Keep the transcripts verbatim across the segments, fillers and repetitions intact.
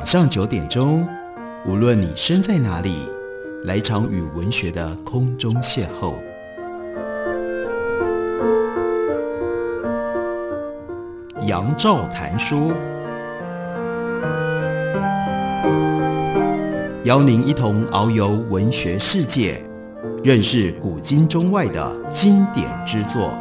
晚上九点钟，无论你身在哪里，来一场与文学的空中邂逅。杨照谈书，邀您一同遨游文学世界，认识古今中外的经典之作。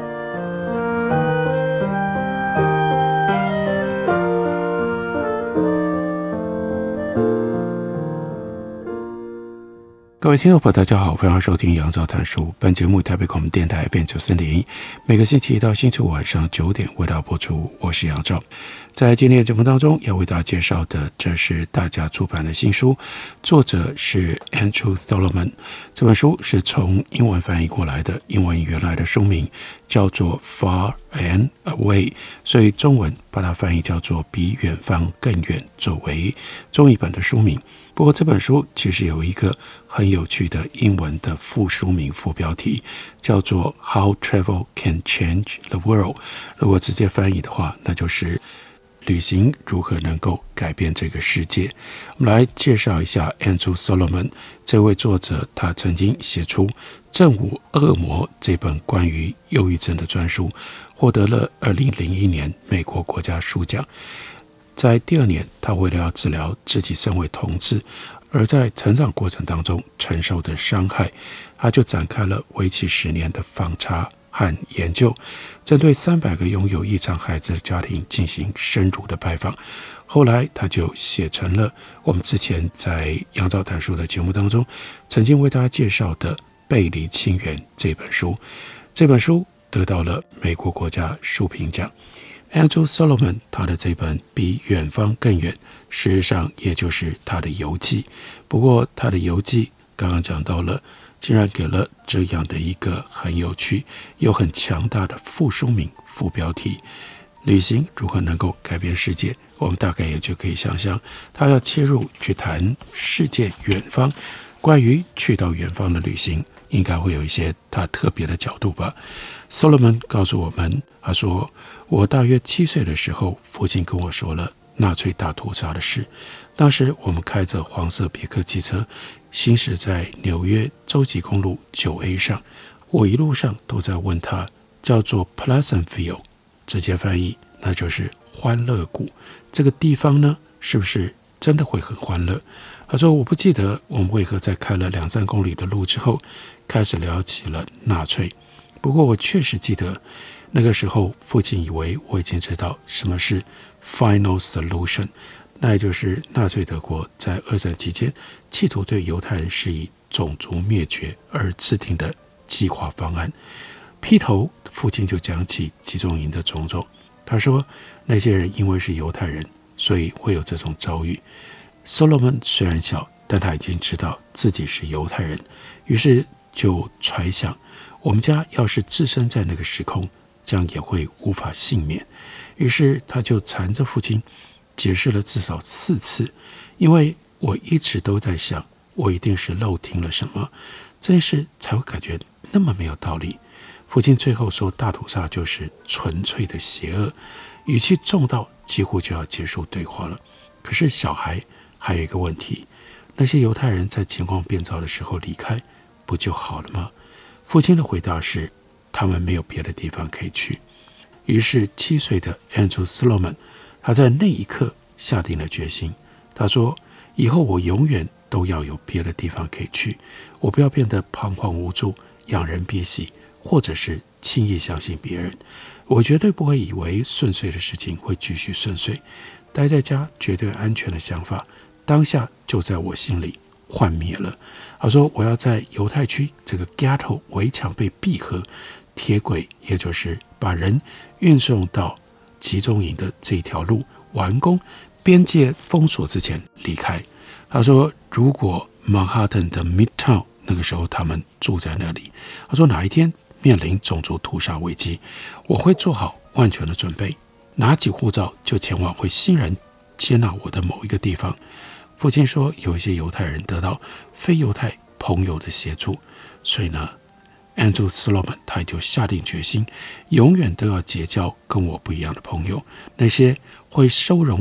各位听众朋友大家好，欢迎收听杨照谈书。本节目台北广播电台 F M 九四点一，每个星期一到星期五晚上九点为大家播出。我是杨照。在今天的节目当中要为大家介绍的，这是大家出版的新书，作者是 Andrew Solomon。 这本书是从英文翻译过来的，英文原来的书名叫做 Far and Away， 所以中文把它翻译叫做比远方更远，作为中译本的书名。不过这本书其实有一个很有趣的英文的副书名副标题，叫做 How Travel Can Change the World。 如果直接翻译的话，那就是旅行如何能够改变这个世界。我们来介绍一下 Andrew Solomon 这位作者，他曾经写出《正午恶魔》这本关于忧郁症的专书，获得了二零零一年美国国家书奖。在第二年，他为了要治疗自己身为同志而在成长过程当中承受的伤害，他就展开了为期十年的访查和研究，针对三百个拥有异常孩子的家庭进行深入的拜访。后来他就写成了我们之前在杨照谈书的节目当中曾经为大家介绍的《背离亲缘》这本书。这本书得到了美国国家书评奖。Andrew Solomon 他的这本比远方更远，事实上也就是他的游记。不过他的游记刚刚讲到了，竟然给了这样的一个很有趣又很强大的副书名副标题，旅行如何能够改变世界。我们大概也就可以想象，他要切入去谈世界远方，关于去到远方的旅行应该会有一些他特别的角度吧。 Solomon 告诉我们，他说，我大约七岁的时候，父亲跟我说了纳粹大屠杀的事。当时我们开着黄色别克汽车行驶在纽约州际公路 九 A 上，我一路上都在问他，叫做 Pleasantville， 直接翻译那就是欢乐谷。这个地方呢，是不是真的会很欢乐？他说，我不记得我们为何在开了两三公里的路之后开始聊起了纳粹，不过我确实记得那个时候父亲以为我已经知道什么是 Final Solution， 那也就是纳粹德国在二战期间企图对犹太人施以种族灭绝而制定的计划方案。劈头父亲就讲起集中营的种种，他说那些人因为是犹太人，所以会有这种遭遇。 Solomon 虽然小，但他已经知道自己是犹太人，于是就揣想，我们家要是置身在那个时空，这样也会无法幸免。于是他就缠着父亲解释了至少四次，因为我一直都在想，我一定是漏听了什么，这件事才会感觉那么没有道理。父亲最后说大屠杀就是纯粹的邪恶，语气重到几乎就要结束对话了。可是小孩还有一个问题，那些犹太人在情况变糟的时候离开不就好了吗？父亲的回答是，他们没有别的地方可以去。于是七岁的 Andrew Solomon 他在那一刻下定了决心，他说，以后我永远都要有别的地方可以去，我不要变得彷徨无助，仰人鼻息，或者是轻易相信别人。我绝对不会以为顺遂的事情会继续顺遂，待在家绝对安全的想法当下就在我心里幻灭了。他说，我要在犹太区这个 ghetto 围墙被闭合，铁轨也就是把人运送到集中营的这条路完工，边界封锁之前离开。他说，如果曼哈顿的 Midtown 那个时候他们住在那里，他说哪一天面临种族屠杀危机，我会做好万全的准备，拿起护照就前往会欣然接纳我的某一个地方。父亲说，有一些犹太人得到非犹太朋友的协助，所以呢 Andrew Solomon 他就下定决心，永远都要结交跟我不一样的朋友，那些会收容我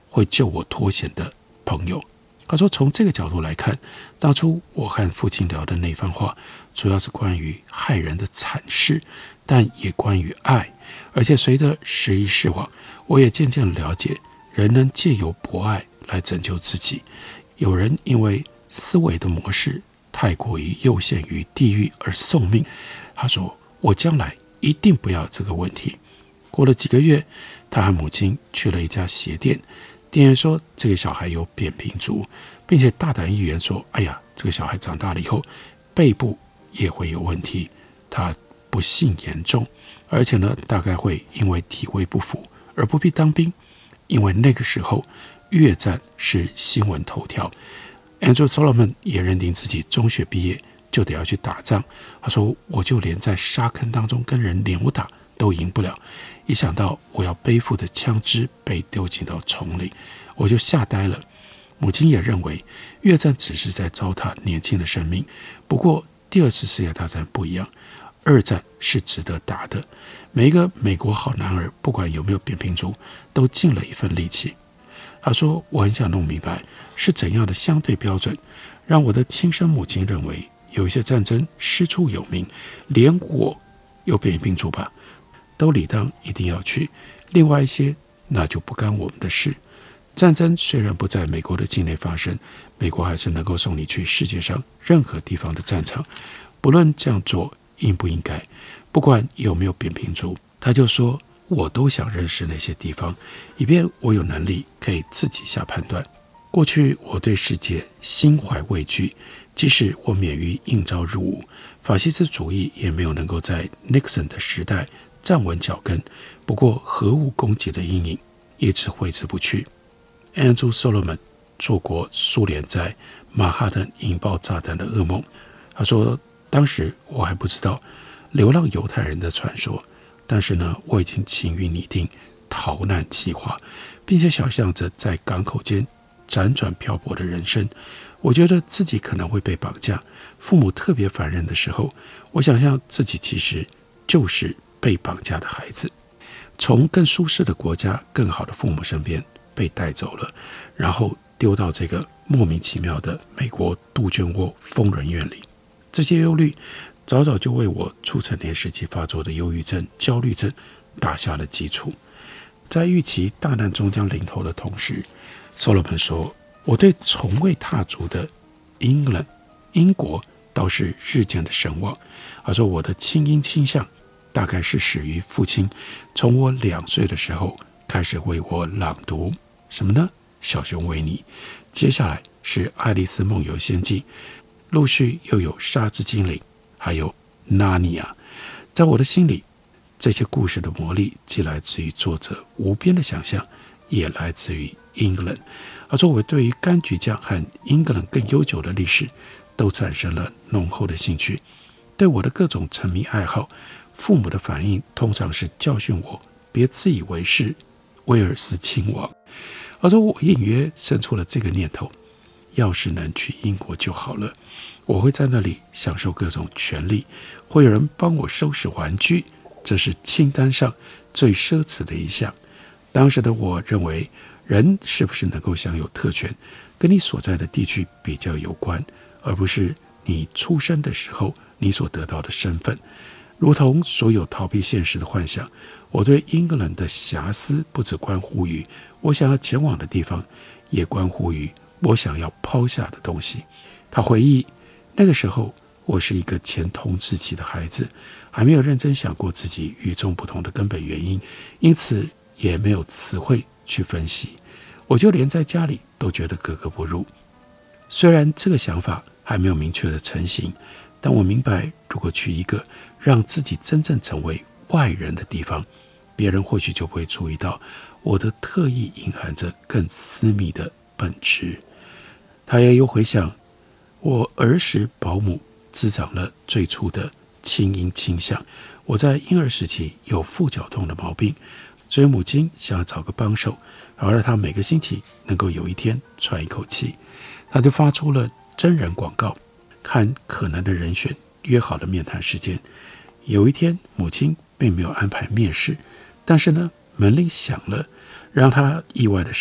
会救我脱险的朋友。他说从这个角度来看，当初我和父亲聊的那番话主要是关于害人的惨事，但也关于爱，而且随着时移世往，我也渐渐了解人能借由博爱来拯救自己。有人因为思维的模式太过于囿限于地狱而送命。他说我将来一定不要这个问题。过了几个月，他和母亲去了一家鞋店，店员说这个小孩有扁平足，并且大胆预言说，哎呀，这个小孩长大了以后背部也会有问题，他不幸严重，而且呢大概会因为体位不符而不必当兵，因为那个时候越战是新闻头条。 Andrew Solomon 也认定自己中学毕业就得要去打仗。他说我就连在沙坑当中跟人扭打都赢不了，一想到我要背负着枪支被丢进到丛里，我就吓呆了。母亲也认为越战只是在糟蹋年轻的生命，不过第二次世界大战不一样，二战是值得打的。每一个美国好男儿不管有没有扁平足都尽了一份力气。他说我很想弄明白是怎样的相对标准让我的亲生母亲认为有一些战争师出有名，连我有扁平足吧都理当一定要去，另外一些那就不干我们的事。战争虽然不在美国的境内发生，美国还是能够送你去世界上任何地方的战场，不论这样做应不应该，不管有没有扁平足。他就说我都想认识那些地方，以便我有能力可以自己下判断。过去我对世界心怀畏惧，即使我免于应召入伍，法西斯主义也没有能够在 Nixon 的时代站稳脚跟，不过核武攻击的阴影一直挥之不去。 Andrew Solomon 做过苏联在曼哈顿引爆炸弹的噩梦。他说当时我还不知道流浪犹太人的传说，但是呢我已经勤于拟定逃难计划，并且想象着在港口间辗转漂泊的人生。我觉得自己可能会被绑架，父母特别烦人的时候，我想象自己其实就是被绑架的孩子，从更舒适的国家更好的父母身边被带走了，然后丢到这个莫名其妙的美国杜鹃窝疯人院里。这些忧虑早早就为我初成年时期发作的忧郁症、焦虑症打下了基础。在预期大难终将临头的同时， Solomon 说我对从未踏足的 England 英国倒是日渐的神往。他说我的亲英倾向大概是始于父亲从我两岁的时候开始为我朗读什么呢？小熊维尼，接下来是爱丽丝梦游仙境，陆续又有沙之精灵，还有纳尼亚。在我的心里，这些故事的魔力既来自于作者无边的想象，也来自于 England。 而作为对于柑橘酱和 England 更悠久的历史都产生了浓厚的兴趣。对我的各种沉迷爱好，父母的反应通常是教训我别自以为是威尔斯亲王。而说我隐约生出了这个念头，要是能去英国就好了，我会在那里享受各种权利，会有人帮我收拾玩具，这是清单上最奢侈的一项。当时的我认为人是不是能够享有特权跟你所在的地区比较有关，而不是你出生的时候你所得到的身份。如同所有逃避现实的幻想，我对英格兰的遐思不只关乎于我想要前往的地方，也关乎于我想要抛下的东西。他回忆那个时候我是一个前同志期的孩子，还没有认真想过自己与众不同的根本原因，因此也没有词汇去分析，我就连在家里都觉得格格不入。虽然这个想法还没有明确的成型，但我明白如果去一个让自己真正成为外人的地方，别人或许就不会注意到我的特意隐含着更私密的本质。他也有回想我儿时保姆滋长了最初的亲婴倾向，我在婴儿时期有腹绞痛的毛病，所以母亲想要找个帮手，然后让他每个星期能够有一天喘一口气。他就发出了真人广告，看可能的人选，约好了面谈时间。有一天母亲并没有安排面试，但是呢门铃响了。让他意外的是，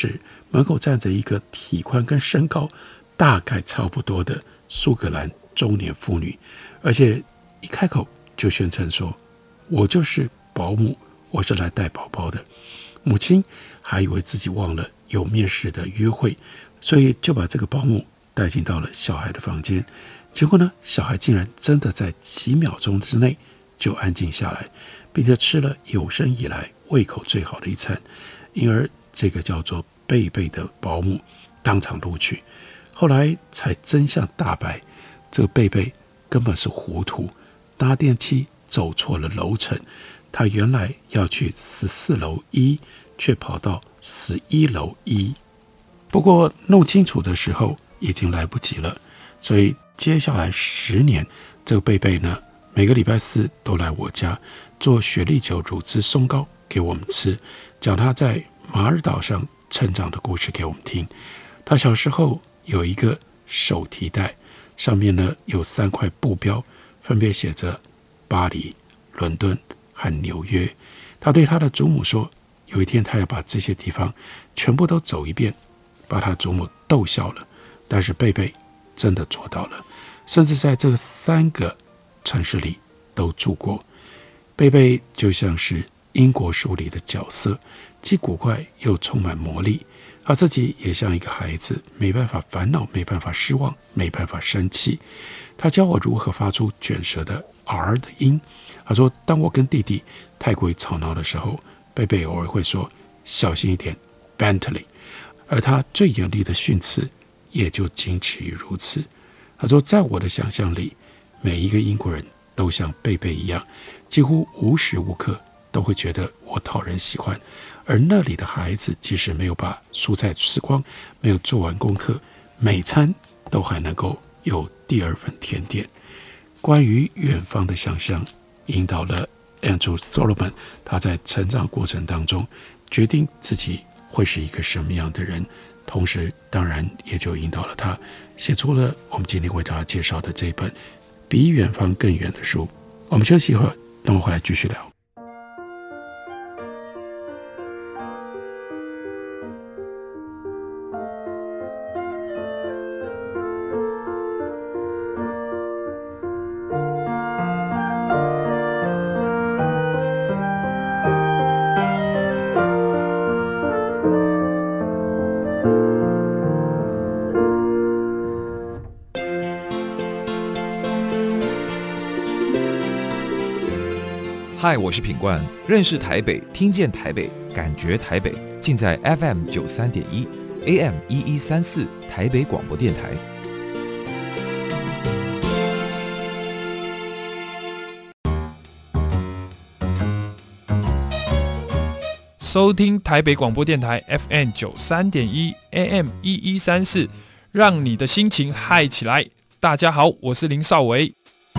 门口站着一个体宽跟身高大概差不多的苏格兰中年妇女，而且一开口就宣称说，我就是保姆，我是来带宝宝的。母亲还以为自己忘了有面试的约会，所以就把这个保姆带进到了小孩的房间。结果呢，小孩竟然真的在几秒钟之内就安静下来，并且吃了有生以来胃口最好的一餐，因而这个叫做贝贝的保姆当场录取。后来才真相大白，这个贝贝根本是糊涂，搭电梯走错了楼层，他原来要去十四楼一，却跑到十一楼一。不过弄清楚的时候已经来不及了，所以接下来十年，这个贝贝呢，每个礼拜四都来我家做雪莉酒乳汁松糕给我们吃，讲他在马尔岛上成长的故事给我们听。他小时候有一个手提袋，上面呢有三块布标，分别写着巴黎、伦敦和纽约。他对他的祖母说，有一天他要把这些地方全部都走一遍，把他祖母逗笑了。但是贝贝真的做到了，甚至在这三个城市里都住过。贝贝就像是英国书里的角色，既古怪又充满魔力。他自己也像一个孩子，没办法烦恼，没办法失望，没办法生气。他教我如何发出卷舌的 R 的音。他说，当我跟弟弟太过于吵闹的时候，贝贝偶尔会说小心一点 Bentley， 而他最严厉的训斥也就仅止于如此。他说，在我的想象里，每一个英国人都像贝贝一样，几乎无时无刻都会觉得我讨人喜欢，而那里的孩子即使没有把蔬菜吃光，没有做完功课，每餐都还能够有第二份甜点。关于远方的想象引导了 Andrew Solomon， 他在成长过程当中决定自己会是一个什么样的人，同时当然也就引导了他写出了我们今天为大家介绍的这本比远方更远的书。我们休息一会儿，等我回来继续聊。 嗨，我是品冠，认识台北，听见台北，感觉台北，尽在 F M 九十三点一 A M 一一三四台北广播电台。 收听台北广播电台 F M 九十三点一 A M 一一三四，让你的心情嗨起来。大家好，我是林少维。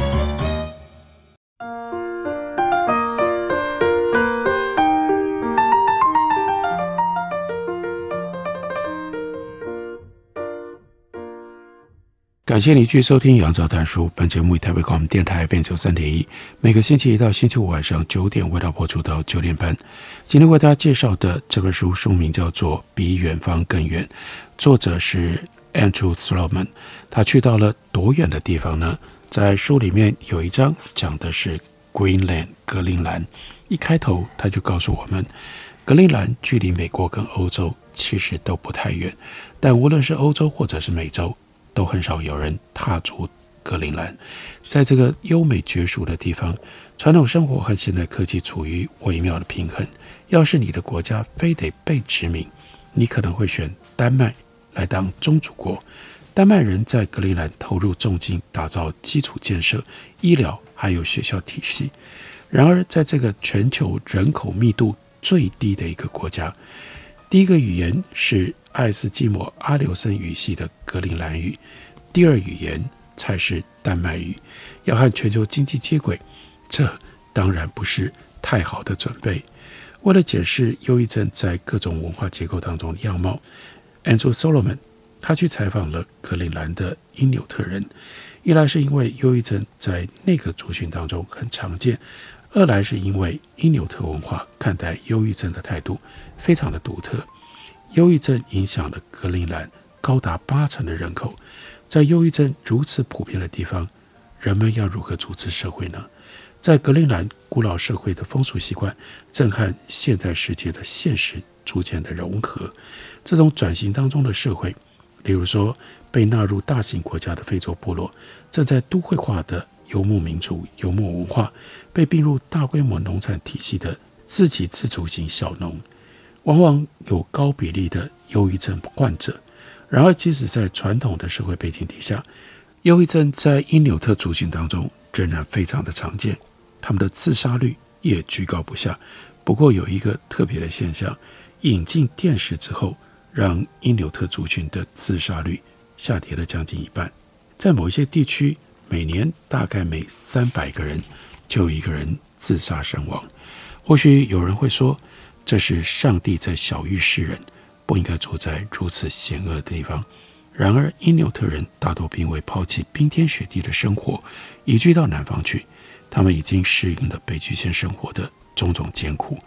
感谢你继续收听杨照谈书，本节目以台北广播电台 F M 九十三点一，每个星期一到星期五晚上九点为大家播出到九点半。今天为大家介绍的这本书书名叫做《比远方更远》，作者是 Andrew Solomon。他去到了多远的地方呢？在书里面有一章讲的是 Greenland 格陵兰。一开头他就告诉我们，格陵兰距离美国跟欧洲其实都不太远，但无论是欧洲或者是美洲，都很少有人踏足格陵兰。在这个优美绝俗的地方，传统生活和现代科技处于微妙的平衡。要是你的国家非得被殖民，你可能会选丹麦来当宗主国。丹麦人在格陵兰投入重金打造基础建设、医疗还有学校体系。然而在这个全球人口密度最低的一个国家，第一个语言是爱斯基摩阿留申语系的格陵兰语，第二语言才是丹麦语。要和全球经济接轨，这当然不是太好的准备。为了解释忧郁症在各种文化结构当中的样貌， Andrew Solomon 他去采访了格陵兰的因纽特人。一来是因为忧郁症在那个族群当中很常见，二来是因为因纽特文化看待忧郁症的态度非常的独特。 忧郁症影响了格陵兰高达八成的人口。在忧郁症如此普遍的地方，人们要如何组织社会呢？在格陵兰古老社会的风俗习惯正和现代世界的现实逐渐的融合。这种转型当中的社会，例如说被纳入大型国家的非洲部落，正在都会化的游牧民族游牧文化，被并入大规模农产体系的自给自足型小农，往往有高比例的忧郁症患者。然而即使在传统的社会背景底下，忧郁症在因纽特族群当中仍然非常的常见，他们的自杀率也居高不下。不过有一个特别的现象，引进电视之后，让因纽特族群的自杀率下跌了将近一半。在某一些地区，每年大概每三百个人就有一个人自杀身亡。或许有人会说，这是上帝在晓谕世人，不应该住在如此险恶的地方。然而因纽特人大多并未抛弃冰天雪地的生活，移居到南方去。他们已经适应了北极圈生活的种种艰苦。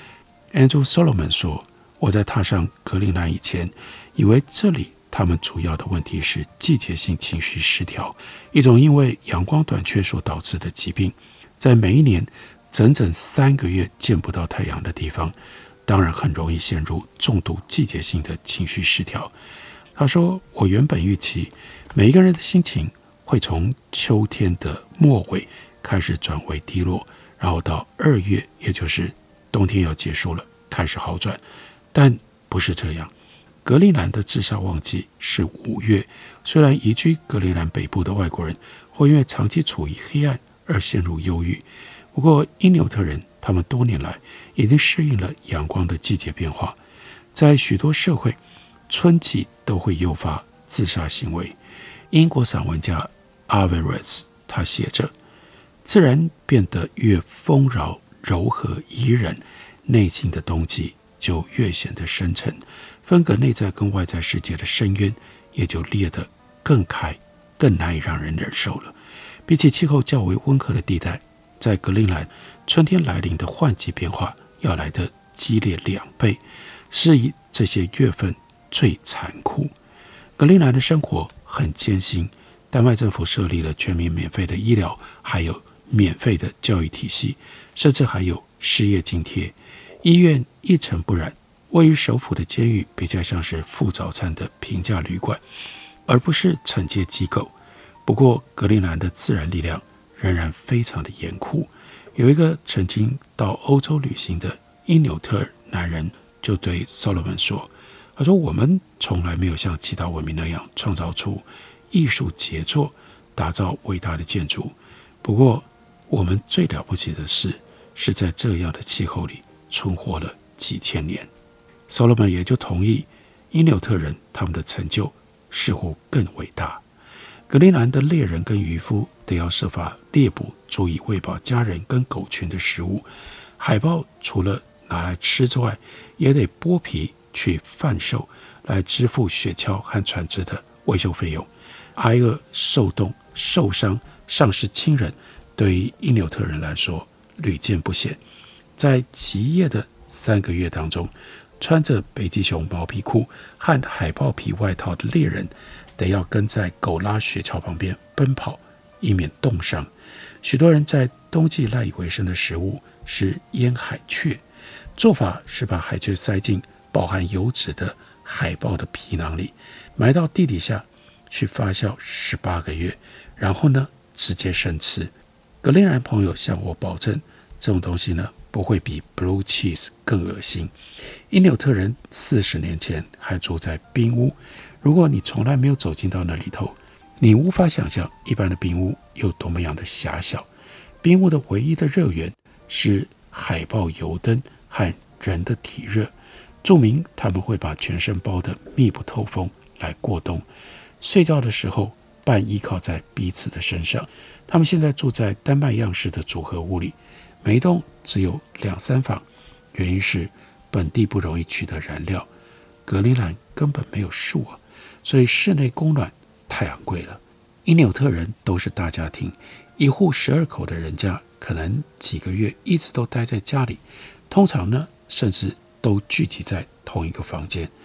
Andrew Solomon 说，我在踏上格陵兰以前，以为这里他们主要的问题是季节性情绪失调，一种因为阳光短缺所导致的疾病。在每一年整整三个月见不到太阳的地方，当然很容易陷入重度季节性的情绪失调。他说，我原本预期每一个人的心情会从秋天的末尾开始转为低落，然后到二月，也就是冬天要结束了，开始好转。但不是这样。格陵兰的自杀旺季是五月，虽然移居格陵兰北部的外国人会因为长期处于黑暗而陷入忧郁，不过因纽特人他们多年来已经适应了阳光的季节变化。在许多社会，春季都会诱发自杀行为。英国散文家 Averroes 他写着，自然变得越丰饶柔和宜人，内心的冬季就越显得深沉，分隔内在跟外在世界的深渊也就裂得更开，更难以让人忍受了。比起气候较为温和的地带，在格陵兰春天来临的换季变化要来得激烈两倍，是以这些月份最残酷。格陵兰的生活很艰辛，丹麦政府设立了全民免费的医疗，还有免费的教育体系，甚至还有失业津贴。医院一尘不染，位于首府的监狱比较像是附早餐的平价旅馆，而不是惩戒机构。不过格陵兰的自然力量仍然非常的严酷。有一个曾经到欧洲旅行的因纽特男人就对 Solomon 说，他说，我们从来没有像其他文明那样创造出艺术杰作，打造伟大的建筑。不过我们最了不起的事是在这样的气候里存活了几千年。 Solomon 也就同意因纽特人他们的成就似乎更伟大。格陵兰的猎人跟渔夫得要设法猎捕足以喂饱家人跟狗群的食物。海豹除了拿来吃之外，也得剥皮去贩售，来支付雪橇和船只的维修费用。挨饿、受冻、受伤、丧失亲人，对于因纽特人来说屡见不鲜。在极夜的三个月当中，穿着北极熊毛皮裤和海豹皮外套的猎人得要跟在狗拉雪橇旁边奔跑，以免冻伤。许多人在冬季赖以为生的食物是腌海雀，做法是把海雀塞进饱含油脂的海豹的皮囊里，埋到地底下去发酵十八个月，然后呢直接生吃。格陵兰朋友向我保证，这种东西呢不会比 blue cheese 更恶心。因纽特人四十年前还住在冰屋，如果你从来没有走进到那里头，你无法想象一般的冰屋有多么样的狭小。冰屋的唯一的热源是海豹油灯和人的体热，注明他们会把全身包得密不透风来过冬，睡觉的时候半依靠在彼此的身上。他们现在住在丹麦样式的组合屋里，每一栋只有两三房，原因是本地不容易取得燃料，格陵兰根本没有树啊，所以室内供暖太昂贵了。因纽特人都是大家庭，一户十二口的人家，可能几个月一直都待在家里，通常呢甚至都聚集在同一个房间。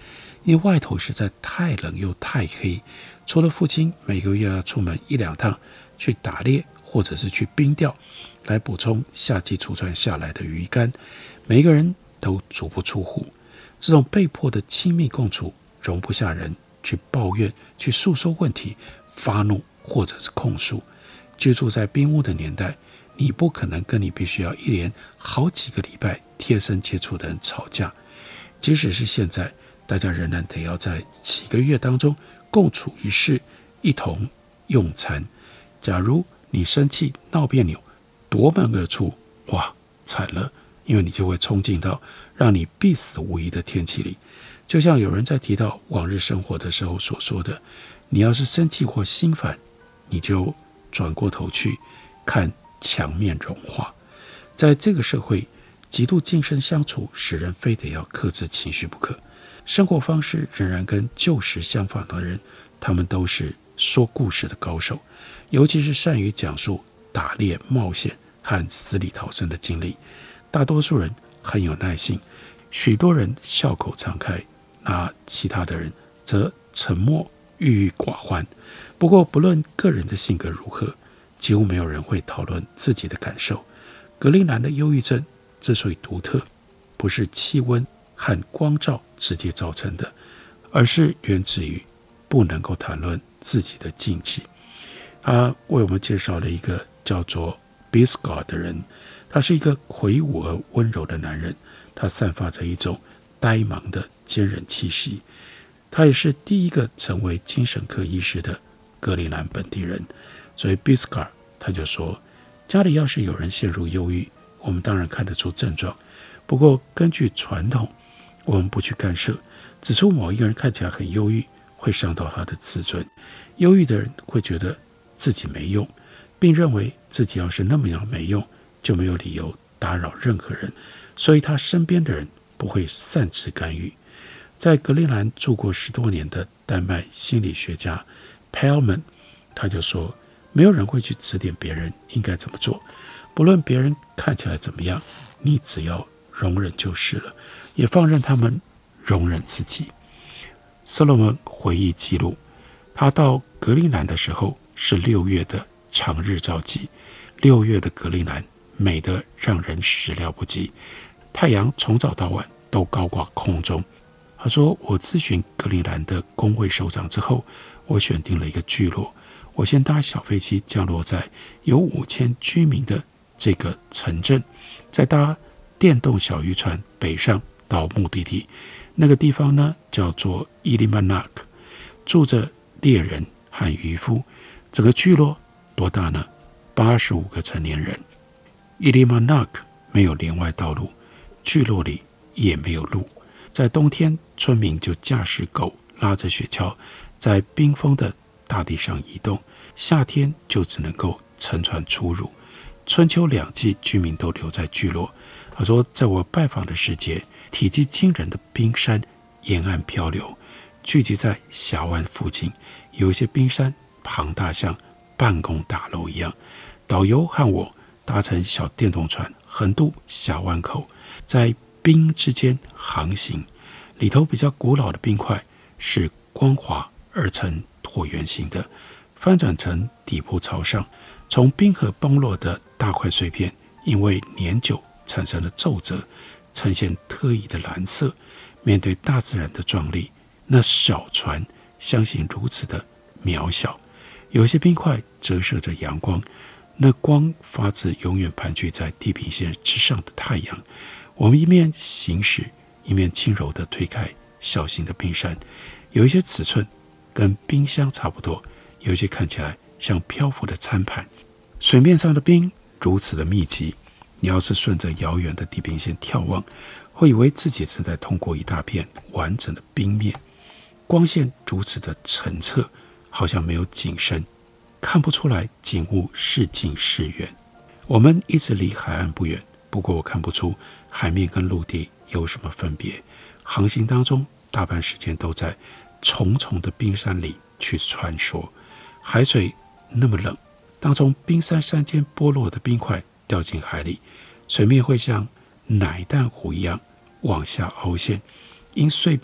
因为外头实在太冷又太黑，除了父亲每个月要出门一两趟去打猎或者是去冰钓，来补充夏季储存下来的鱼干，每一个人都足不出户。这种被迫的亲密共处，容不下人去抱怨、去诉说问题、发怒或者是控诉。居住在冰屋的年代，你不可能跟你必须要一连好几个礼拜贴身接触的人吵架。即使是现在，大家仍然得要在几个月当中共处一室，一同用餐。假如你生气闹别扭，夺门而出，哇，惨了，因为你就会冲进到让你必死无疑的天气里。就像有人在提到往日生活的时候所说的，你要是生气或心烦，你就转过头去看墙面融化。在这个社会，极度近身相处使人非得要克制情绪不可。生活方式仍然跟旧时相仿的人，他们都是说故事的高手，尤其是善于讲述打猎、冒险和死里逃生的经历。大多数人很有耐性，许多人笑口常开，那其他的人则沉默郁郁寡欢。不过不论个人的性格如何，几乎没有人会讨论自己的感受。格陵兰的忧郁症之所以独特，不是气温和光照直接造成的，而是源自于不能够谈论自己的禁忌。他为我们介绍了一个叫做 Biscard 的人，他是一个魁梧而温柔的男人，他散发着一种呆茫的坚韧气息。他也是第一个成为精神科医师的格陵兰本地人，所以 Biscard 他就说，家里要是有人陷入忧郁，我们当然看得出症状，不过根据传统，我们不去干涉。指出某一个人看起来很忧郁，会伤到他的自尊。忧郁的人会觉得自己没用，并认为自己要是那么样没用，就没有理由打扰任何人，所以他身边的人不会擅自干预。在格陵兰住过十多年的丹麦心理学家 Pellman 他就说，没有人会去指点别人应该怎么做，不论别人看起来怎么样，你只要容忍就是了，也放任他们容忍自己。Solomon 回忆记录，他到格陵兰的时候是六月的长日照季，六月的格陵兰美得让人始料不及，太阳从早到晚都高挂空中。他说，我咨询格陵兰的工会首长之后，我选定了一个聚落，我先搭小飞机降落在有五千居民的这个城镇，再搭电动小渔船北上到目的地。那个地方呢，叫做伊利曼纳克，住着猎人和渔夫。整个聚落多大呢？八十五个成年人。伊利曼纳克没有连外道路，聚落里也没有路。在冬天，村民就驾驶狗拉着雪橇在冰封的大地上移动，夏天就只能够乘船出入。春秋两季，居民都留在聚落。他说，在我拜访的时节，体积惊人的冰山沿岸漂流，聚集在峡湾附近。有一些冰山庞大，像办公大楼一样。导游和我搭乘小电动船横渡峡湾口，在冰之间航行。里头比较古老的冰块是光滑而成椭圆形的，翻转成底部朝上。从冰河崩落的大块碎片，因为年久产生了皱褶，呈现特异的蓝色。面对大自然的壮丽，那小船相信如此的渺小。有些冰块折射着阳光，那光发自永远盘踞在地平线之上的太阳。我们一面行驶，一面轻柔地推开小型的冰山，有一些尺寸跟冰箱差不多，有一些看起来像漂浮的餐盘。水面上的冰如此的密集，你要是顺着遥远的地平线眺望，会以为自己正在通过一大片完整的冰面。光线如此的澄澈，好像没有景深，看不出来景物是近是远。我们一直离海岸不远，不过我看不出海面跟陆地有什么分别。航行当中，大半时间都在重重的冰山里去穿梭。海水那么冷，当从冰山山间剥落的冰块掉进海里，水面会像奶蛋湖一样往下凹陷，因碎冰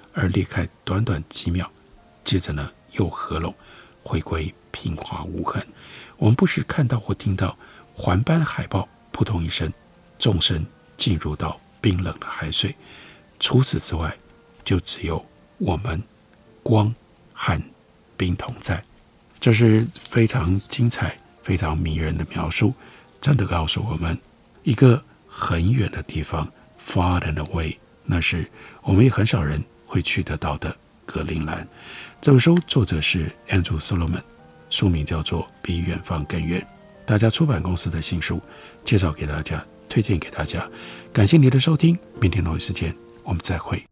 而裂开短短几秒，接着呢又合拢，回归平滑无痕。我们不时看到或听到环斑海豹扑通一声，纵身进入到冰冷的海水。除此之外，就只有我们光和冰同在。这是非常精彩、非常迷人的描述，真的告诉我们一个很远的地方 ，far and away， 那是我们也很少人会去得到的格陵兰。这本书作者是 Andrew Solomon， 书名叫做《比远方更远》，大家出版公司的新书，介绍给大家，推荐给大家。感谢你的收听，明天同一时间我们再会。